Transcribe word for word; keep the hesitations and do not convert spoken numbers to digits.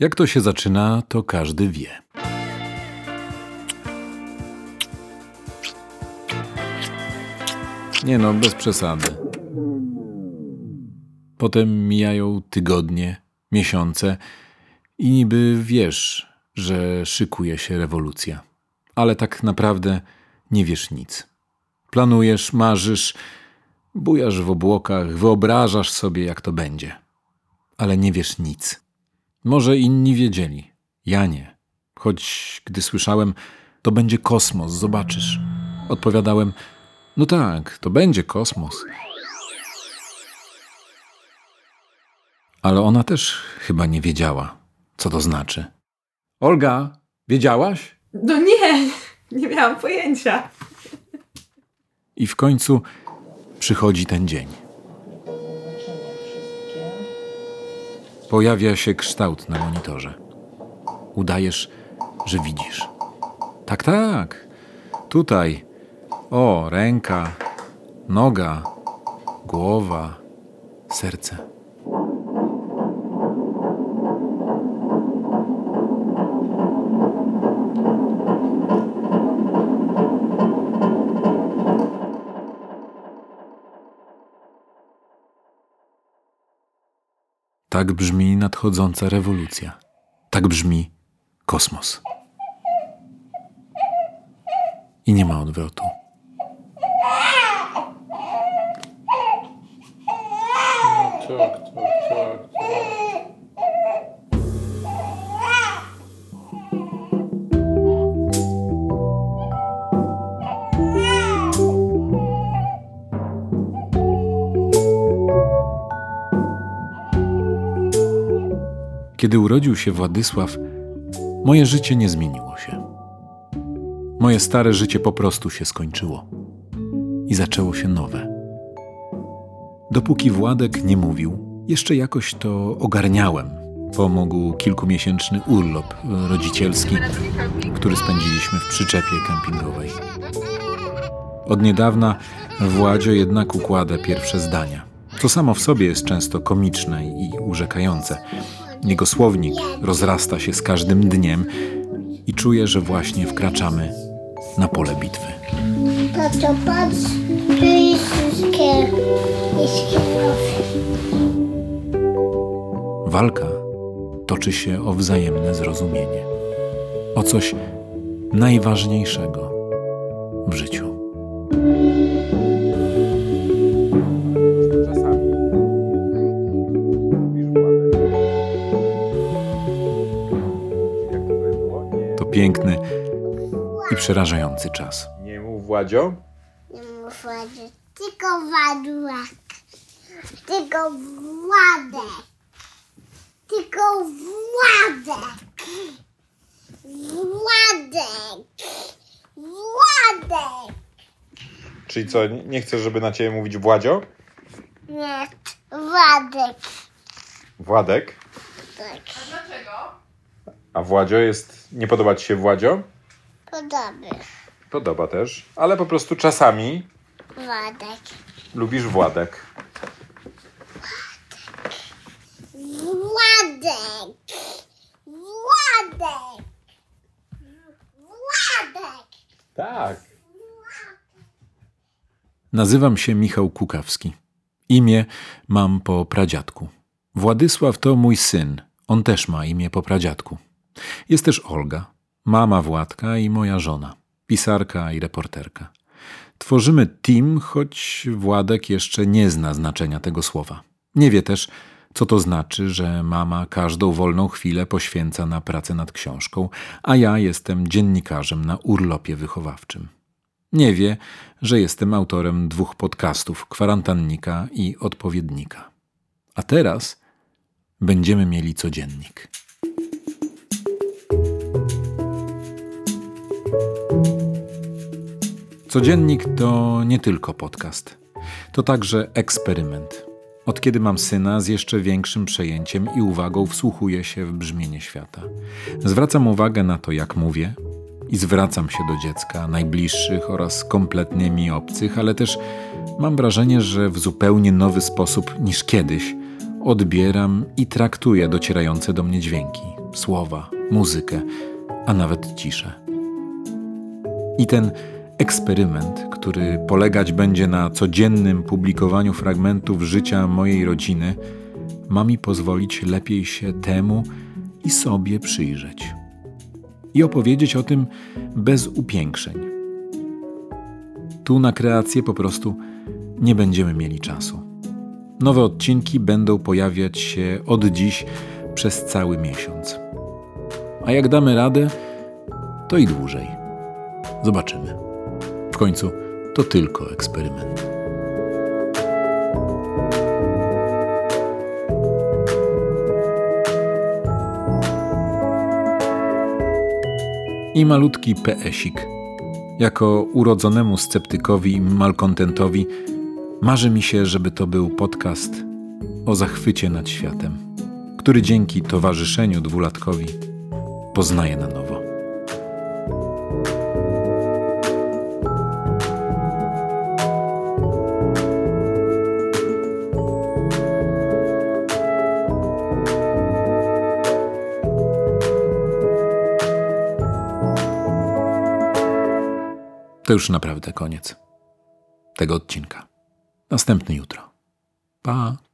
Jak to się zaczyna, to każdy wie. Nie no, bez przesady. Potem mijają tygodnie, miesiące i niby wiesz, że szykuje się rewolucja. Ale tak naprawdę nie wiesz nic. Planujesz, marzysz, bujasz w obłokach, wyobrażasz sobie, jak to będzie. Ale nie wiesz nic. Może inni wiedzieli, ja nie. Choć gdy słyszałem, to będzie kosmos, zobaczysz. Odpowiadałem, no tak, to będzie kosmos. Ale ona też chyba nie wiedziała, co to znaczy. Olga, wiedziałaś? No nie, nie miałam pojęcia. I w końcu przychodzi ten dzień. Pojawia się kształt na monitorze. Udajesz, że widzisz. Tak, tak. Tutaj. O, ręka, noga, głowa, serce. Tak brzmi nadchodząca rewolucja. Tak brzmi kosmos. I nie ma odwrotu. Tak, tak, tak, tak. Kiedy urodził się Władysław, moje życie nie zmieniło się. Moje stare życie po prostu się skończyło. I zaczęło się nowe. Dopóki Władek nie mówił, jeszcze jakoś to ogarniałem. Pomógł kilkumiesięczny urlop rodzicielski, który spędziliśmy w przyczepie kempingowej. Od niedawna Władzio jednak układa pierwsze zdania. To samo w sobie jest często komiczne i urzekające. Jego słownik rozrasta się z każdym dniem i czuję, że właśnie wkraczamy na pole bitwy. Tato, patrz, tu jest iskier. Walka toczy się o wzajemne zrozumienie. O coś najważniejszego w życiu. To piękny i przerażający czas. Nie mów Władzio. Nie mów Władzie, tylko Władek. Tylko Władek. Tylko Władek. Władek. Władek. Czyli co, nie chcesz, żeby na ciebie mówić Władzio? Nie, Władek. Władek? Tak, A dlaczego? A Władzio jest... Nie podoba ci się Władzio? podobny. Podoba też, ale po prostu czasami Władek. lubisz Władek. Władek. Władek. Władek. Tak. Nazywam się Michał Kukawski. Imię mam po pradziadku. Władysław to mój syn. On też ma imię po pradziadku. Jest też Olga, mama Władka i moja żona, pisarka i reporterka. Tworzymy team, choć Władek jeszcze nie zna znaczenia tego słowa. Nie wie też, co to znaczy, że mama każdą wolną chwilę poświęca na pracę nad książką, a ja jestem dziennikarzem na urlopie wychowawczym. Nie wie, że jestem autorem dwóch podcastów, Kwarantannika i Odpowiednika. A teraz będziemy mieli codziennik. Codziennik to nie tylko podcast. To także eksperyment. Od kiedy mam syna, z jeszcze większym przejęciem i uwagą wsłuchuję się w brzmienie świata. Zwracam uwagę na to, jak mówię, i zwracam się do dziecka, najbliższych oraz kompletnie mi obcych, ale też mam wrażenie, że w zupełnie nowy sposób niż kiedyś odbieram i traktuję docierające do mnie dźwięki, słowa, muzykę, a nawet ciszę. I ten eksperyment, który polegać będzie na codziennym publikowaniu fragmentów życia mojej rodziny, ma mi pozwolić lepiej się temu i sobie przyjrzeć. I opowiedzieć o tym bez upiększeń. Tu na kreację po prostu nie będziemy mieli czasu. Nowe odcinki będą pojawiać się od dziś przez cały miesiąc. A jak damy radę, to i dłużej. Zobaczymy. W końcu to tylko eksperyment. I malutki peesik. Jako urodzonemu sceptykowi i malkontentowi marzy mi się, żeby to był podcast o zachwycie nad światem, który dzięki towarzyszeniu dwulatkowi poznaje na nowo. To już naprawdę koniec tego odcinka. Następny jutro. Pa!